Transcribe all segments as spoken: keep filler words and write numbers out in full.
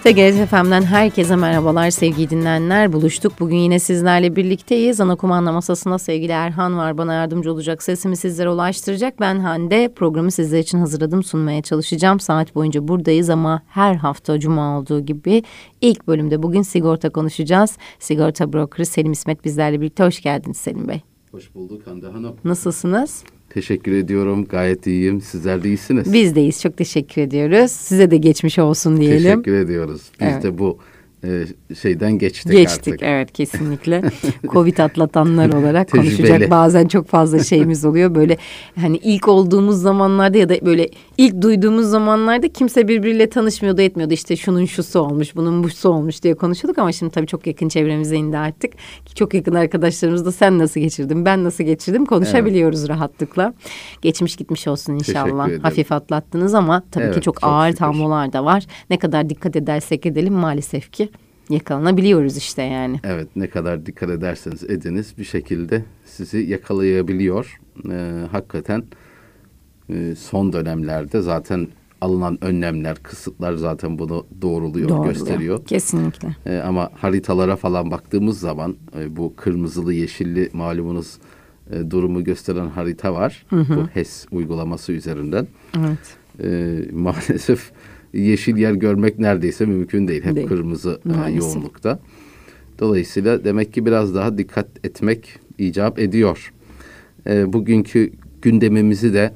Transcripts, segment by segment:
T G R T F M'den herkese merhabalar sevgili dinleyenler. Buluştuk. Bugün yine sizlerle birlikteyiz. Ana kumanda masasında sevgili Erhan var. Bana yardımcı olacak. Sesimi sizlere ulaştıracak. Ben Hande. Programı sizler için hazırladım. Sunmaya çalışacağım. Saat boyunca buradayız ama her hafta cuma olduğu gibi ilk bölümde bugün sigorta konuşacağız. Sigorta brokeri Selim İsmet bizlerle birlikte. Hoş geldiniz Selim Bey. Hoş bulduk Hande Hanım. Nasılsınız? Teşekkür ediyorum. Gayet iyiyim. Sizler de iyisiniz. Biz deyiz. Çok teşekkür ediyoruz. Size de geçmiş olsun diyelim. Teşekkür ediyoruz. Biz Evet. de bu e, şeyden geçtik, Geçtik artık. Evet, kesinlikle. Covid atlatanlar olarak Tecrübeli. konuşacak bazen çok fazla şeyimiz oluyor. Böyle hani ilk olduğumuz zamanlarda ya da böyle ilk duyduğumuz zamanlarda kimse birbiriyle tanışmıyordu, etmiyordu. İşte şunun şusu olmuş, bunun busu olmuş diye konuşuyorduk ama şimdi tabii çok yakın çevremize indi artık. Çok yakın arkadaşlarımız da sen nasıl geçirdin, ben nasıl geçirdim konuşabiliyoruz evet. rahatlıkla. Geçmiş gitmiş olsun inşallah. Hafif atlattınız ama tabii evet, ki çok, çok ağır şükür. tablolar da var. Ne kadar dikkat edersek edelim maalesef ki yakalanabiliyoruz işte yani. Evet, ne kadar dikkat ederseniz ediniz bir şekilde sizi yakalayabiliyor. Ee, hakikaten e, son dönemlerde zaten alınan önlemler, kısıtlar zaten bunu doğruluyor, doğruluyor. gösteriyor. Kesinlikle. Ee, ama haritalara falan baktığımız zaman e, bu kırmızılı, yeşilli malumunuz e, durumu gösteren harita var. Hı hı. Bu H E S uygulaması üzerinden. Evet. E, maalesef yeşil yer görmek neredeyse mümkün değil. Hep değil. kırmızı e, yoğunlukta. Dolayısıyla demek ki biraz daha dikkat etmek icap ediyor. E, bugünkü gündemimizi de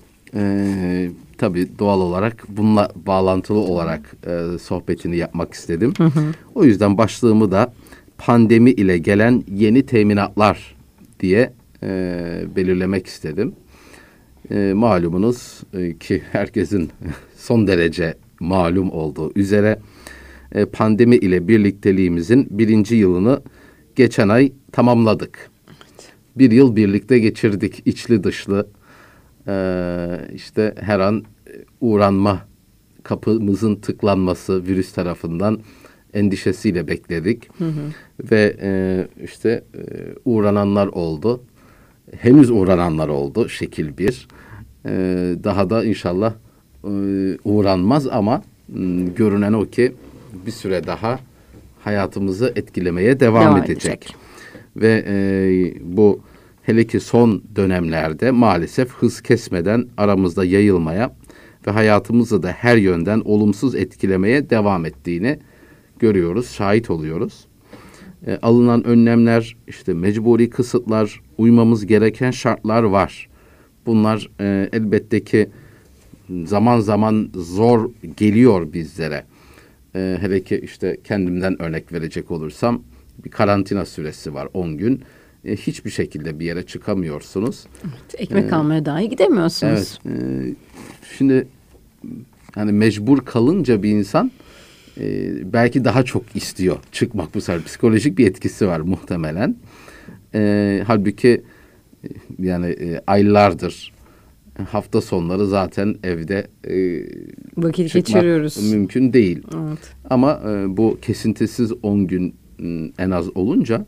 e, tabii doğal olarak bununla bağlantılı olarak e, sohbetini yapmak istedim. Hı hı. O yüzden başlığımı da pandemi ile gelen yeni teminatlar diye e, belirlemek istedim. E, malumunuz e, ki herkesin son derece malum olduğu üzere e, pandemi ile birlikteliğimizin birinci yılını geçen ay tamamladık. Evet. Bir yıl birlikte geçirdik, içli dışlı. E, işte her an uğranma, kapımızın tıklanması virüs tarafından endişesiyle bekledik. Hı hı. Ve e, işte e, uğrananlar oldu. Henüz uğrananlar oldu şekil bir. Ee, daha da inşallah e, uğranmaz ama m, görünen o ki bir süre daha hayatımızı etkilemeye devam, devam edecek. edecek. Ve e, bu hele ki son dönemlerde maalesef hız kesmeden aramızda yayılmaya ve hayatımızı da her yönden olumsuz etkilemeye devam ettiğini görüyoruz, şahit oluyoruz. E, alınan önlemler, işte mecburi kısıtlar, uymamız gereken şartlar var. Bunlar e, elbette ki zaman zaman zor geliyor bizlere. E, hele ki işte kendimden örnek verecek olursam bir karantina süresi var on gün. E, hiçbir şekilde bir yere çıkamıyorsunuz. Evet, ekmek e, almaya dahi gidemiyorsunuz. Evet. E, şimdi hani mecbur kalınca bir insan e, belki daha çok istiyor çıkmak bu sefer. Psikolojik bir etkisi var muhtemelen. E, halbuki yani e, aylardır hafta sonları zaten evde e, vakit geçiriyoruz. Mümkün değil. Evet. Ama e, bu kesintisiz on gün en az olunca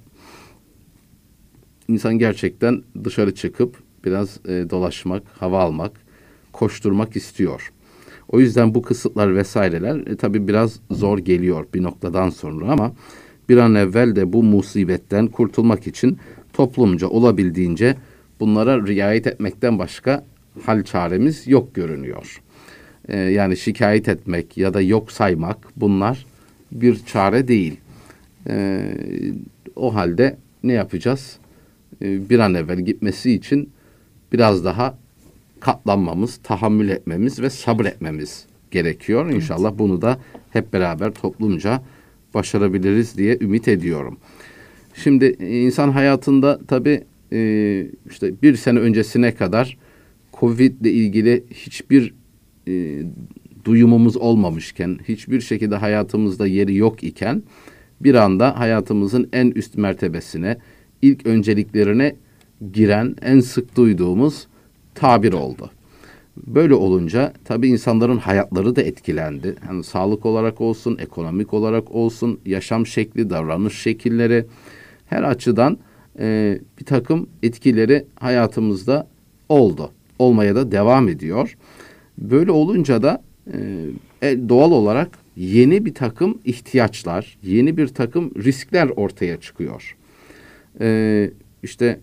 insan gerçekten dışarı çıkıp biraz e, dolaşmak, hava almak, koşturmak istiyor. O yüzden bu kısıtlar vesaireler e, tabii biraz zor geliyor bir noktadan sonra ama bir an evvel de bu musibetten kurtulmak için toplumca olabildiğince bunlara riayet etmekten başka hal çaremiz yok görünüyor. Ee, yani şikayet etmek ya da yok saymak bunlar bir çare değil. Ee, o halde ne yapacağız? Ee, bir an evvel gitmesi için biraz daha katlanmamız, tahammül etmemiz ve sabretmemiz gerekiyor. Evet. İnşallah bunu da hep beraber toplumca başarabiliriz diye ümit ediyorum. Şimdi insan hayatında tabii e, işte bir sene öncesine kadar Covid ile ilgili hiçbir e, duyumumuz olmamışken, hiçbir şekilde hayatımızda yeri yok iken bir anda hayatımızın en üst mertebesine, ilk önceliklerine giren en sık duyduğumuz tabir oldu. Böyle olunca tabii insanların hayatları da etkilendi. Yani sağlık olarak olsun, ekonomik olarak olsun, yaşam şekli, davranış şekilleri her açıdan e, bir takım etkileri hayatımızda oldu. Olmaya da devam ediyor. Böyle olunca da e, doğal olarak yeni bir takım ihtiyaçlar, yeni bir takım riskler ortaya çıkıyor. Ee, işte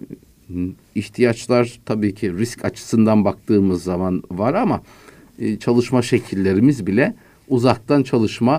ihtiyaçlar tabii ki risk açısından baktığımız zaman var ama e, çalışma şekillerimiz bile uzaktan çalışma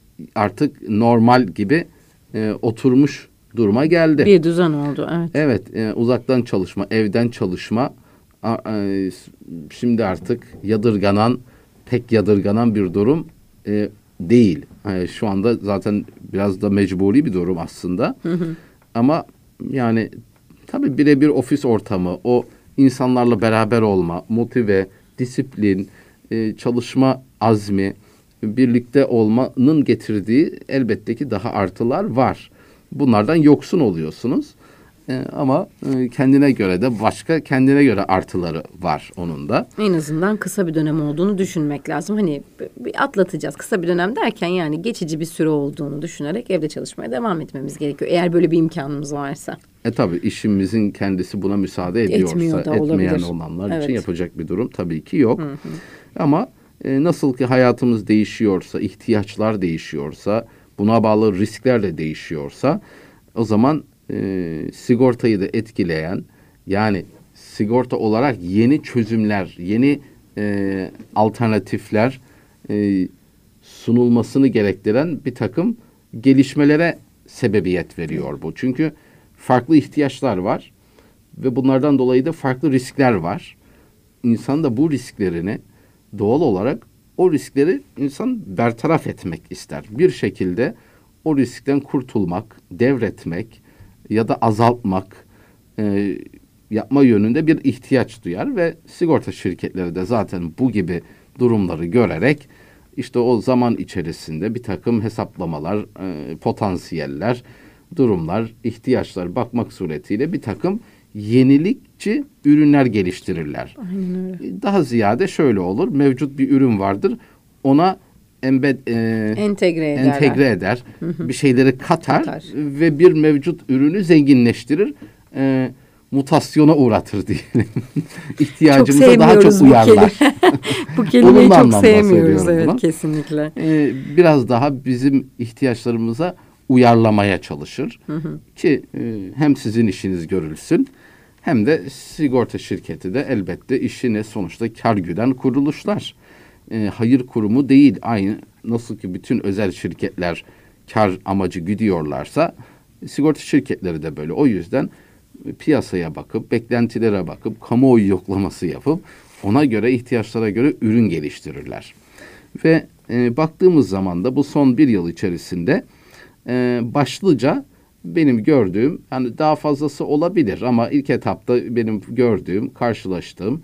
artık normal gibi e, oturmuş duruma geldi. Bir düzen oldu, evet. Evet, e, uzaktan çalışma, evden çalışma a, e, şimdi artık yadırganan, pek yadırganan bir durum e, değil. E, şu anda zaten biraz da mecburi bir durum aslında. Hı hı. Ama yani tabii birebir ofis ortamı, o insanlarla beraber olma, motive, disiplin, e, çalışma azmi, birlikte olmanın getirdiği elbette ki daha artılar var. Bunlardan yoksun oluyorsunuz. E, ama e, kendine göre de başka kendine göre artıları var onun da. En azından kısa bir dönem olduğunu düşünmek lazım. Hani bir atlatacağız. Kısa bir dönem derken yani geçici bir süre olduğunu düşünerek evde çalışmaya devam etmemiz gerekiyor. Eğer böyle bir imkanımız varsa. E tabii işimizin kendisi buna müsaade ediyorsa, Etmiyor da etmeyen olabilir. olanlar Evet. için yapacak bir durum tabii ki yok. Hı hı. Ama e, nasıl ki hayatımız değişiyorsa, ihtiyaçlar değişiyorsa, buna bağlı riskler de değişiyorsa, o zaman e, sigortayı da etkileyen, yani sigorta olarak yeni çözümler, yeni e, alternatifler e, sunulmasını gerektiren bir takım gelişmelere sebebiyet veriyor bu. Çünkü farklı ihtiyaçlar var ve bunlardan dolayı da farklı riskler var. İnsan da bu risklerini doğal olarak o riskleri insan bertaraf etmek ister. Bir şekilde o riskten kurtulmak, devretmek ya da azaltmak e, yapma yönünde bir ihtiyaç duyar ve sigorta şirketleri de zaten bu gibi durumları görerek işte o zaman içerisinde bir takım hesaplamalar, e, potansiyeller, durumlar, ihtiyaçlar bakmak suretiyle bir takım yenilikçi ürünler geliştirirler. Aynen öyle. Daha ziyade şöyle olur. Mevcut bir ürün vardır. Ona embed, e, entegre ederler. entegre eder. Bir şeyleri katar, Katar. ve bir mevcut ürünü zenginleştirir. E, mutasyona uğratır diyelim. İhtiyacımıza çok daha çok bu uyarlar. kelime. Bu kelimeyi Olumlu çok anlamda sevmiyoruz. söylüyorum Evet, bunu. kesinlikle. E, biraz daha bizim ihtiyaçlarımıza uyarlamaya çalışır. Hı hı. Ki e, hem sizin işiniz görülsün hem de sigorta şirketi de elbette işine sonuçta kar güden kuruluşlar. E, hayır kurumu değil. Aynı nasıl ki bütün özel şirketler kar amacı güdüyorlarsa sigorta şirketleri de böyle. O yüzden piyasaya bakıp, beklentilere bakıp, kamuoyu yoklaması yapıp ona göre, ihtiyaçlara göre ürün geliştirirler. Ve e, baktığımız zaman da bu son bir yıl içerisinde e, başlıca benim gördüğüm, yani daha fazlası olabilir ama ilk etapta benim gördüğüm, karşılaştığım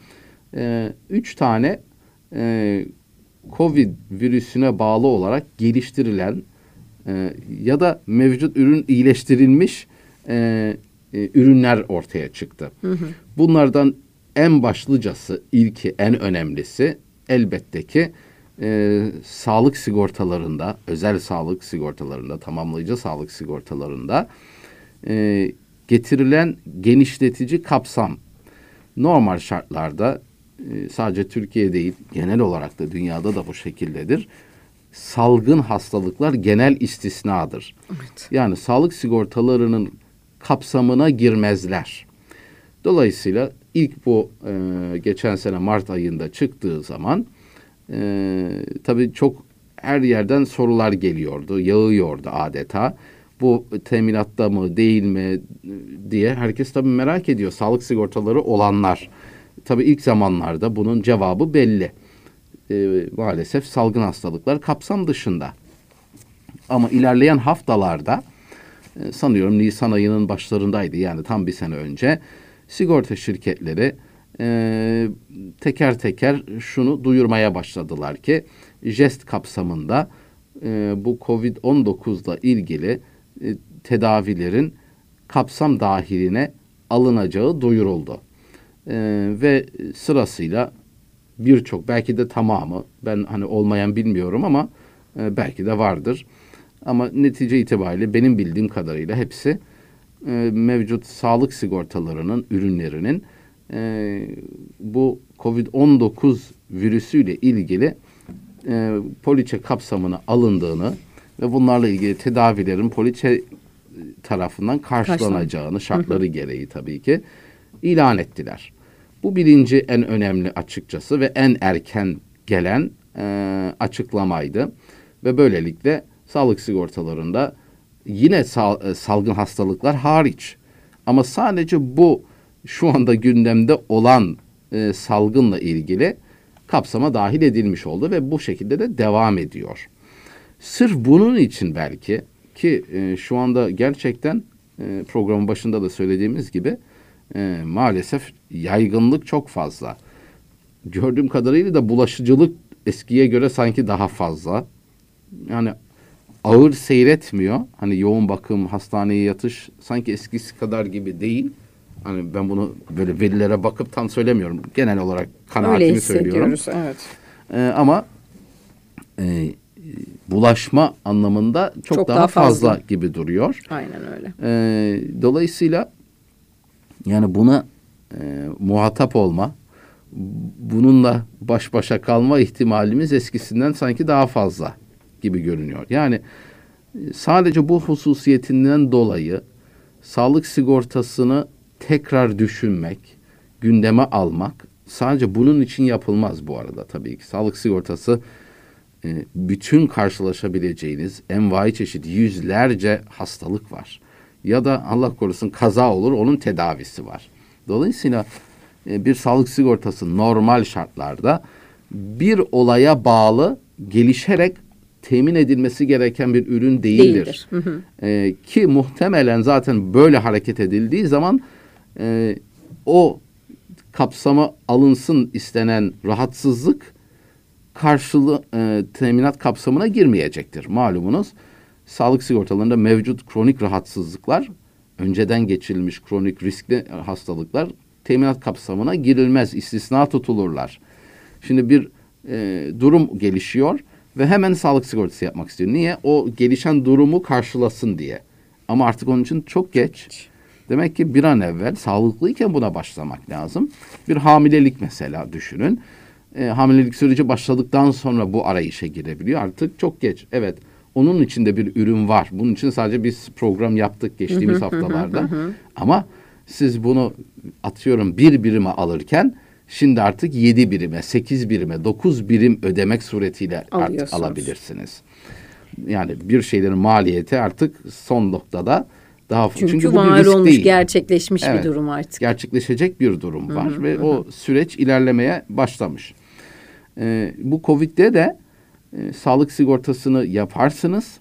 e, üç tane e, Covid virüsüne bağlı olarak geliştirilen e, ya da mevcut ürün iyileştirilmiş e, e, ürünler ortaya çıktı. Hı hı. Bunlardan en başlıcası, ilki, en önemlisi elbette ki e, sağlık sigortalarında, özel sağlık sigortalarında, tamamlayıcı sağlık sigortalarında e, getirilen genişletici kapsam. Normal şartlarda e, sadece Türkiye değil, genel olarak da dünyada da bu şekildedir. Salgın hastalıklar genel istisnadır. Evet. Yani sağlık sigortalarının kapsamına girmezler. Dolayısıyla ilk bu e, geçen sene Mart ayında çıktığı zaman e, tabii çok her yerden sorular geliyordu, yağıyordu adeta. Bu teminatta mı değil mi diye herkes tabii merak ediyor. Sağlık sigortaları olanlar. Tabii ilk zamanlarda bunun cevabı belli. E, maalesef salgın hastalıklar kapsam dışında. Ama ilerleyen haftalarda e, sanıyorum Nisan ayının başlarındaydı, yani tam bir sene önce sigorta şirketleri e, teker teker şunu duyurmaya başladılar ki jest kapsamında e, bu Covid on dokuzla ilgili e, tedavilerin kapsam dahiline alınacağı duyuruldu. E, ve sırasıyla birçok, belki de tamamı, ben hani olmayan bilmiyorum ama e, belki de vardır. Ama netice itibariyle benim bildiğim kadarıyla hepsi e, mevcut sağlık sigortalarının ürünlerinin e, bu Covid on dokuz virüsüyle ilgili e, poliçe kapsamına alındığını ve bunlarla ilgili tedavilerin poliçe tarafından karşılanacağını, şartları gereği tabii ki ilan ettiler. Bu birinci en önemli açıkçası ve en erken gelen e, açıklamaydı. Ve böylelikle sağlık sigortalarında yine sal, e, salgın hastalıklar hariç ama sadece bu şu anda gündemde olan e, salgınla ilgili kapsama dahil edilmiş oldu ve bu şekilde de devam ediyor. Sırf bunun için belki ki e, şu anda gerçekten e, programın başında da söylediğimiz gibi e, maalesef yaygınlık çok fazla. Gördüğüm kadarıyla da bulaşıcılık eskiye göre sanki daha fazla. Yani ağır seyretmiyor. Hani yoğun bakım, hastaneye yatış sanki eskisi kadar gibi değil. Hani ben bunu böyle verilere bakıp tam söylemiyorum. Genel olarak kanaatimi söylüyorum. Evet. Ee, ama e, bulaşma anlamında çok, çok daha, daha fazla. fazla gibi duruyor. Aynen öyle. Ee, dolayısıyla yani buna e, muhatap olma, bununla baş başa kalma ihtimalimiz eskisinden sanki daha fazla gibi görünüyor. Yani sadece bu hususiyetinden dolayı sağlık sigortasını tekrar düşünmek, gündeme almak sadece bunun için yapılmaz bu arada tabii ki. Sağlık sigortası e, bütün karşılaşabileceğiniz envai çeşit yüzlerce hastalık var. Ya da Allah korusun kaza olur, onun tedavisi var. Dolayısıyla e, bir sağlık sigortası normal şartlarda bir olaya bağlı gelişerek temin edilmesi gereken bir ürün değildir. Değildir. Hı hı. Ee, ki muhtemelen zaten böyle hareket edildiği zaman e, o kapsama alınsın istenen rahatsızlık karşılığı e, teminat kapsamına girmeyecektir. Malumunuz sağlık sigortalarında mevcut kronik rahatsızlıklar, önceden geçirilmiş kronik riskli hastalıklar teminat kapsamına girilmez, istisna tutulurlar. Şimdi bir e, durum gelişiyor ve hemen sağlık sigortası yapmak istiyor. Niye? O gelişen durumu karşılasın diye. Ama artık onun için çok geç. Demek ki bir an evvel sağlıklıyken buna başlamak lazım. Bir hamilelik mesela düşünün. E, hamilelik süreci başladıktan sonra bu arayışa girebiliyor. Artık çok geç. Evet, onun içinde bir ürün var. Bunun için sadece biz program yaptık geçtiğimiz haftalarda. Ama siz bunu atıyorum bir birime alırken şimdi artık yedi birime, sekiz birime, dokuz birim ödemek suretiyle artık alabilirsiniz. Yani bir şeylerin maliyeti artık son noktada daha çünkü, çünkü bu var bir risk olmuş, değil. gerçekleşmiş Evet, bir durum artık. Gerçekleşecek bir durum var hı hı, ve hı. o süreç ilerlemeye başlamış. Ee, bu Covid'de de e, sağlık sigortasını yaparsınız.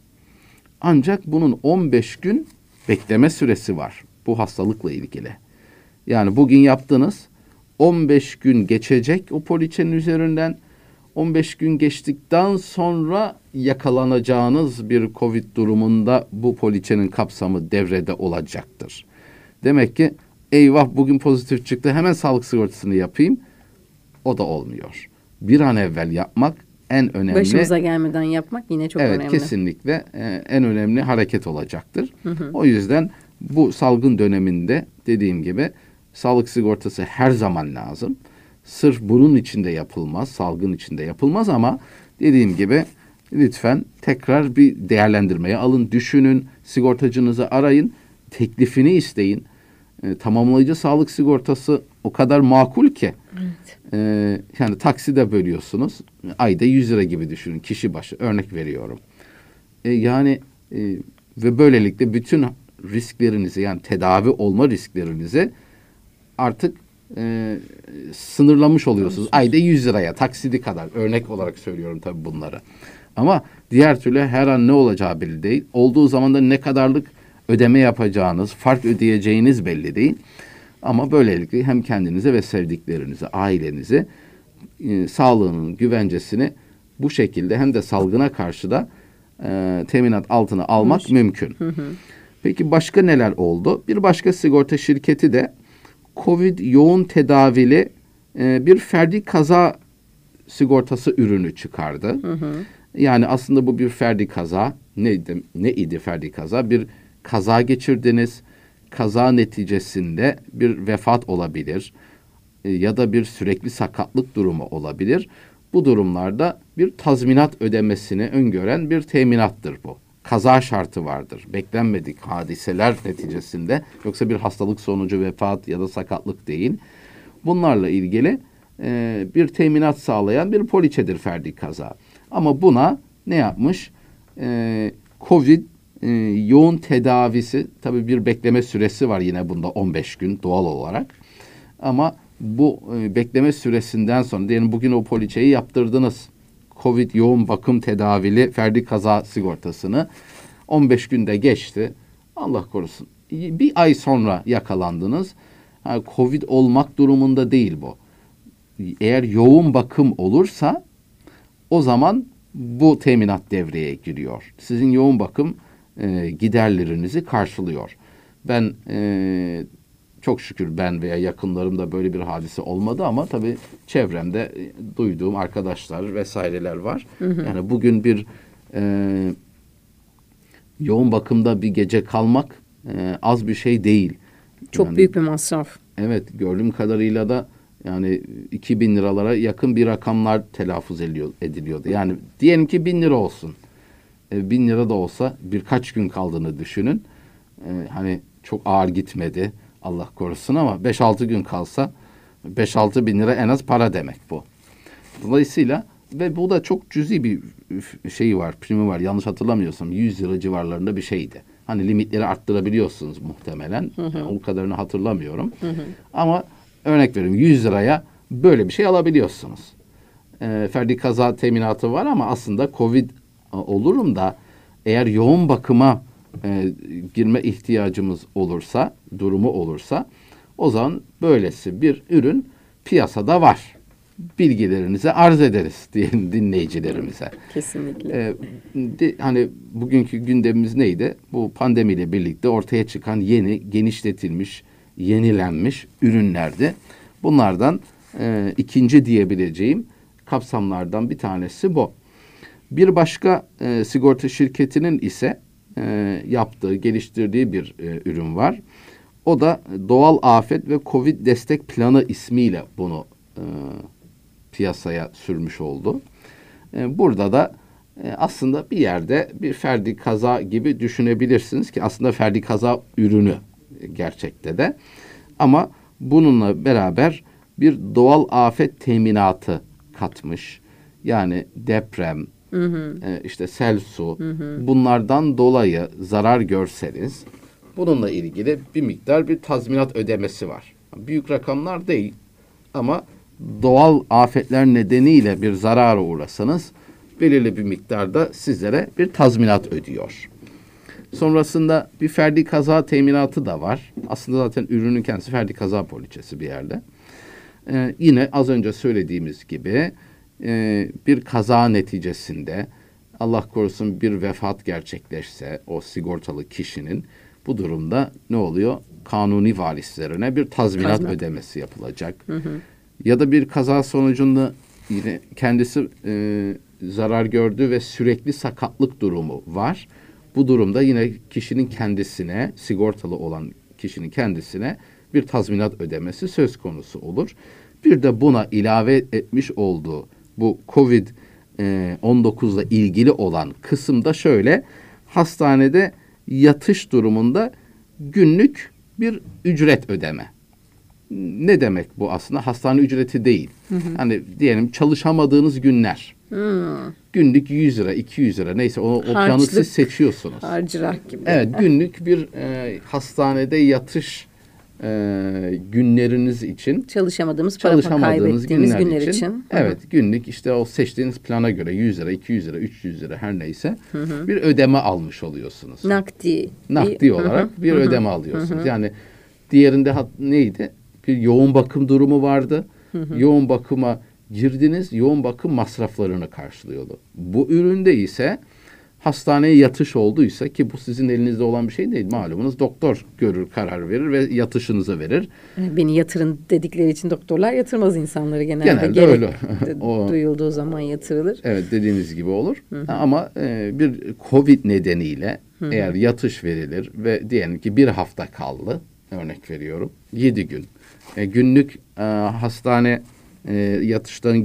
Ancak bunun on beş gün bekleme süresi var bu hastalıkla ilgili. Yani bugün yaptınız, on beş gün geçecek o poliçenin üzerinden. on beş gün geçtikten sonra yakalanacağınız bir Covid durumunda bu poliçenin kapsamı devrede olacaktır. Demek ki eyvah bugün pozitif çıktı, hemen sağlık sigortasını yapayım. O da olmuyor. Bir an evvel yapmak en önemli. Başımıza gelmeden yapmak yine çok evet, önemli. Evet, kesinlikle e, en önemli hareket olacaktır. Hı hı. O yüzden bu salgın döneminde dediğim gibi sağlık sigortası her zaman lazım. Sırf bunun içinde yapılmaz, salgın içinde yapılmaz ama dediğim gibi lütfen tekrar bir değerlendirmeye alın, düşünün, sigortacınızı arayın, teklifini isteyin. E, tamamlayıcı sağlık sigortası o kadar makul ki. Evet. E, yani takside bölüyorsunuz, ayda yüz lira gibi düşünün kişi başı, örnek veriyorum. E, yani e, ve böylelikle bütün risklerinizi, yani tedavi olma risklerinizi artık e, sınırlamış oluyorsunuz. Ayda yüz liraya, taksidi kadar. Örnek olarak söylüyorum tabii bunları. Ama diğer türlü her an ne olacağı belli değil. Olduğu zaman da ne kadarlık ödeme yapacağınız, fark ödeyeceğiniz belli değil. Ama böylelikle hem kendinize ve sevdiklerinize, ailenize e, sağlığının güvencesini bu şekilde hem de salgına karşı da e, teminat altına almak Hoş. mümkün. Hı hı. Peki başka neler oldu? Bir başka sigorta şirketi de Covid yoğun tedavili e, bir ferdi kaza sigortası ürünü çıkardı. Hı hı. Yani aslında bu bir ferdi kaza. Neydi, ne idi ferdi kaza? Bir kaza geçirdiniz. Kaza neticesinde bir vefat olabilir. E, ya da bir sürekli sakatlık durumu olabilir. Bu durumlarda bir tazminat ödemesini öngören bir teminattır bu. Kaza şartı vardır. Beklenmedik hadiseler neticesinde, yoksa bir hastalık sonucu vefat ya da sakatlık değil. Bunlarla ilgili e, bir teminat sağlayan bir poliçedir ferdi kaza. Ama buna ne yapmış? E, Covid e, yoğun tedavisi, tabii bir bekleme süresi var yine bunda on beş gün doğal olarak. Ama bu e, bekleme süresinden sonra, diyelim bugün o poliçeyi yaptırdınız. Covid yoğun bakım tedavili ferdi kaza sigortasını on beş günde geçti. Allah korusun. Bir ay sonra yakalandınız. Yani Covid olmak durumunda değil bu. Eğer yoğun bakım olursa o zaman bu teminat devreye giriyor. Sizin yoğun bakım e, giderlerinizi karşılıyor. Ben e, çok şükür ben veya yakınlarımda böyle bir hadise olmadı, ama tabii çevremde e, duyduğum arkadaşlar vesaireler var. Hı hı. Yani bugün bir e, yoğun bakımda bir gece kalmak e, az bir şey değil. Çok yani, büyük bir masraf. Evet, gördüğüm kadarıyla da yani iki bin liralara yakın bir rakamlar telaffuz ediliyor, ediliyordu. Yani diyelim ki bin lira olsun. E, bin lira da olsa birkaç gün kaldığını düşünün. E, hani çok ağır gitmedi, Allah korusun, ama beş altı gün kalsa beş altı bin lira en az para demek bu. Dolayısıyla ve bu da çok cüzi bir şeyi var, primi var. Yanlış hatırlamıyorsam yüz lira civarlarında bir şeydi. Hani limitleri arttırabiliyorsunuz muhtemelen. Hı hı. O kadarını hatırlamıyorum. Hı hı. Ama örnek veriyorum, yüz liraya böyle bir şey alabiliyorsunuz. E, ferdi kaza teminatı var, ama aslında Covid olurum da eğer yoğun bakıma e, girme ihtiyacımız olursa, durumu olursa, o zaman böylesi bir ürün piyasada var. Bilgilerinizi arz ederiz diye dinleyicilerimize. Kesinlikle. Ee, de, hani bugünkü gündemimiz neydi? Bu pandemiyle birlikte ortaya çıkan yeni, genişletilmiş, yenilenmiş ürünlerdi. Bunlardan e, ikinci diyebileceğim kapsamlardan bir tanesi bu. Bir başka e, sigorta şirketinin ise e, yaptığı, geliştirdiği bir e, ürün var. O da doğal afet ve Covid destek planı ismiyle bunu e, piyasaya sürmüş oldu. E, burada da e, aslında bir yerde bir ferdi kaza gibi düşünebilirsiniz ki aslında ferdi kaza ürünü gerçekte de. Ama bununla beraber bir doğal afet teminatı katmış. Yani deprem, hı hı. E, işte sel, su, hı hı. bunlardan dolayı zarar görseniz bununla ilgili bir miktar bir tazminat ödemesi var. Büyük rakamlar değil, ama doğal afetler nedeniyle bir zarara uğrasanız belirli bir miktarda sizlere bir tazminat ödüyor. Sonrasında bir ferdi kaza teminatı da var. Aslında zaten ürünün kendisi ferdi kaza poliçesi bir yerde. Ee, yine az önce söylediğimiz gibi e, bir kaza neticesinde Allah korusun bir vefat gerçekleşse o sigortalı kişinin, bu durumda ne oluyor? Kanuni varislerine bir tazminat, tazminat. ödemesi yapılacak. Hı hı. Ya da bir kaza sonucunda yine kendisi e, zarar gördü ve sürekli sakatlık durumu var. Bu durumda yine kişinin kendisine, sigortalı olan kişinin kendisine bir tazminat ödemesi söz konusu olur. Bir de buna ilave etmiş olduğu bu Covid on dokuzla ilgili olan kısımda şöyle: hastanede yatış durumunda günlük bir ücret ödeme. Ne demek bu aslında? Hastane ücreti değil. Hı hı. Hani diyelim çalışamadığınız günler. Hı. Günlük yüz lira, iki yüz lira neyse o, o planı siz seçiyorsunuz. Harcırak gibi. Evet, günlük bir e, hastanede yatış e, günleriniz için. Çalışamadığımız, para kaybettiğimiz günler, günler için. için. Evet, günlük işte o seçtiğiniz plana göre yüz lira, iki yüz lira, üç yüz lira her neyse hı hı. bir ödeme almış oluyorsunuz. Nakdi. Nakdi olarak hı hı. bir hı hı. ödeme alıyorsunuz. Hı hı. Yani diğerinde neydi? Bir yoğun bakım durumu vardı. Hı hı. Yoğun bakıma girdiniz, yoğun bakım masraflarını karşılıyordu. Bu üründe ise hastaneye yatış olduysa, ki bu sizin elinizde olan bir şey değil malumunuz, doktor görür, karar verir ve yatışınızı verir. Beni yatırın dedikleri için doktorlar yatırmaz insanları genelde. Genelde Gerek öyle. o, duyulduğu zaman yatırılır. Evet, dediğiniz gibi olur. Hı hı. Ama e, bir Covid nedeniyle hı hı. eğer yatış verilir ve diyelim ki bir hafta kaldı, örnek veriyorum, yedi gün. E, günlük e, hastane e, yatıştan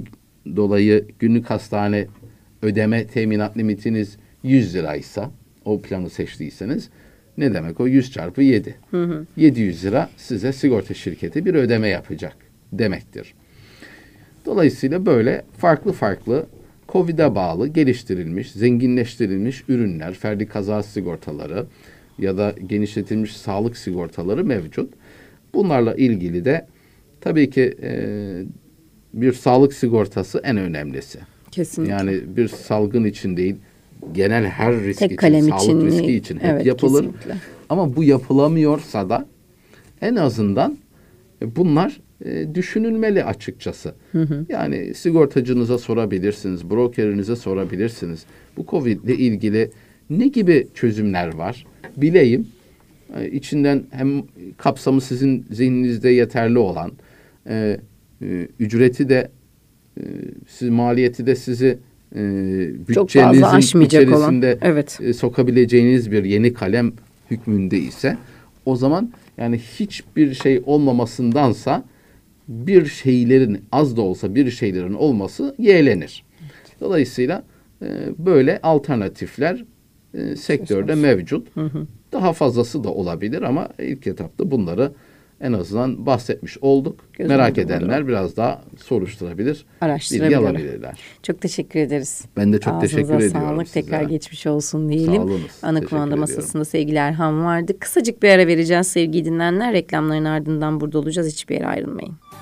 dolayı günlük hastane ödeme teminat limitiniz yüz liraysa, o planı seçtiyseniz, ne demek o? yüz çarpı yedi. Hı hı. yedi yüz lira size sigorta şirketi bir ödeme yapacak demektir. Dolayısıyla böyle farklı farklı Covid'e bağlı geliştirilmiş, zenginleştirilmiş ürünler, ferdi kaza sigortaları ya da genişletilmiş sağlık sigortaları mevcut. Bunlarla ilgili de tabii ki e, bir sağlık sigortası en önemlisi. Kesinlikle. Yani bir salgın için değil, genel her risk Tek için, kalem sağlık için, riski için hep evet, yapılır. Kesinlikle. Ama bu yapılamıyorsa da en azından bunlar e, düşünülmeli açıkçası. Hı hı. Yani sigortacınıza sorabilirsiniz, brokerinize sorabilirsiniz. Bu Covid ile ilgili ne gibi çözümler var? Bileyim. E, içinden hem kapsamı sizin zihninizde yeterli olan, e, e, ücreti de, e, siz maliyeti de sizi e, bütçenizin içerisinde olan, evet. e, sokabileceğiniz bir yeni kalem hükmünde ise, o zaman yani hiçbir şey olmamasındansa bir şeylerin, az da olsa bir şeylerin olması yeğlenir. Dolayısıyla e, böyle alternatifler e, sektörde mevcut. Hı hı. Daha fazlası da olabilir ama ilk etapta bunları en azından bahsetmiş olduk. Gözüm Merak edenler olur. Biraz daha soruşturabilir, bilgi alabilirler. Çok teşekkür ederiz. Ben de çok Ağzınıza teşekkür sağlık. ediyorum Tekrar sizlere. Tekrar geçmiş olsun diyelim. Sağ olunuz. Ana kumanda masasında sevgili Erhan vardı. Kısacık bir ara vereceğiz sevgili dinleyenler. Reklamların ardından burada olacağız. Hiçbir yere ayrılmayın.